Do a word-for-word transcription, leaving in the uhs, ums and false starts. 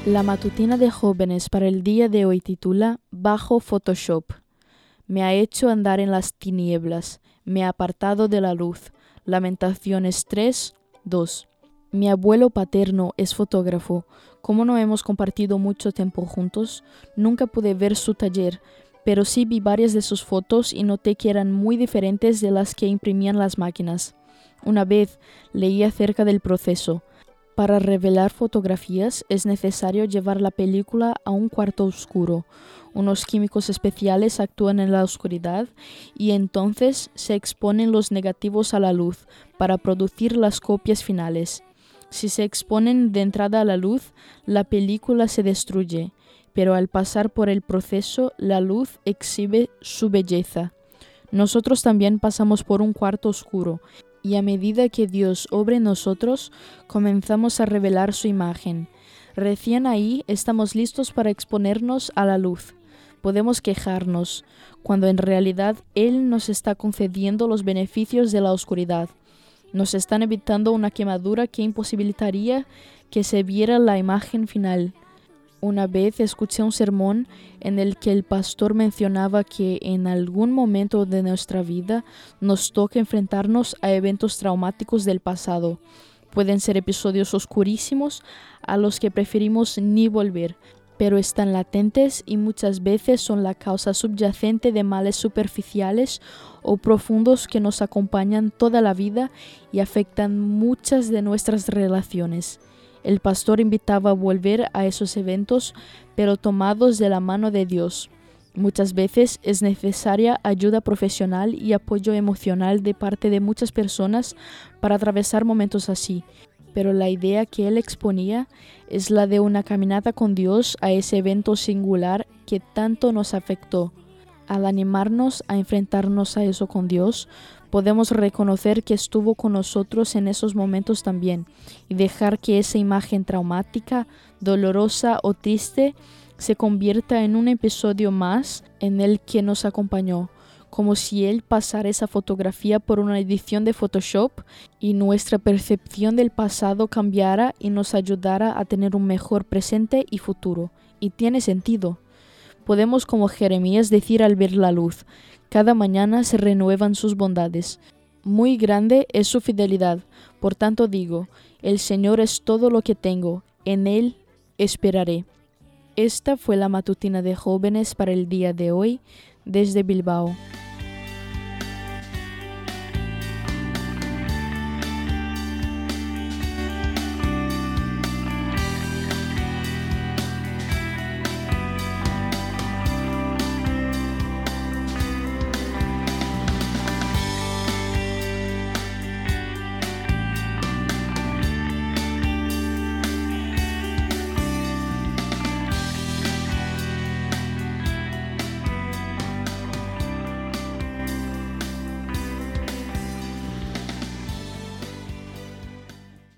La matutina de jóvenes para el día de hoy titula Bajo Photoshop. Me ha hecho andar en las tinieblas, me ha apartado de la luz. Lamentaciones tres, dos. Mi abuelo paterno es fotógrafo. Como no hemos compartido mucho tiempo juntos, nunca pude ver su taller, pero sí vi varias de sus fotos y noté que eran muy diferentes de las que imprimían las máquinas. Una vez leí acerca del proceso. Para revelar fotografías es necesario llevar la película a un cuarto oscuro. Unos químicos especiales actúan en la oscuridad y entonces se exponen los negativos a la luz para producir las copias finales. Si se exponen de entrada a la luz, la película se destruye, pero al pasar por el proceso, la luz exhibe su belleza. Nosotros también pasamos por un cuarto oscuro. Y a medida que Dios obra en nosotros, comenzamos a revelar su imagen. Recién ahí estamos listos para exponernos a la luz. Podemos quejarnos, cuando en realidad Él nos está concediendo los beneficios de la oscuridad. Nos están evitando una quemadura que imposibilitaría que se viera la imagen final. Una vez escuché un sermón en el que el pastor mencionaba que en algún momento de nuestra vida nos toca enfrentarnos a eventos traumáticos del pasado. Pueden ser episodios oscurísimos a los que preferimos ni volver, pero están latentes y muchas veces son la causa subyacente de males superficiales o profundos que nos acompañan toda la vida y afectan muchas de nuestras relaciones. El pastor invitaba a volver a esos eventos, pero tomados de la mano de Dios. Muchas veces es necesaria ayuda profesional y apoyo emocional de parte de muchas personas para atravesar momentos así, pero la idea que él exponía es la de una caminata con Dios a ese evento singular que tanto nos afectó. Al animarnos a enfrentarnos a eso con Dios, podemos reconocer que estuvo con nosotros en esos momentos también y dejar que esa imagen traumática, dolorosa o triste se convierta en un episodio más en el que nos acompañó, como si Él pasara esa fotografía por una edición de Photoshop y nuestra percepción del pasado cambiara y nos ayudara a tener un mejor presente y futuro. Y tiene sentido. Podemos, como Jeremías, decir al ver la luz, cada mañana se renuevan sus bondades. Muy grande es su fidelidad. Por tanto digo, el Señor es todo lo que tengo, en Él esperaré. Esta fue la matutina de jóvenes para el día de hoy desde Bilbao.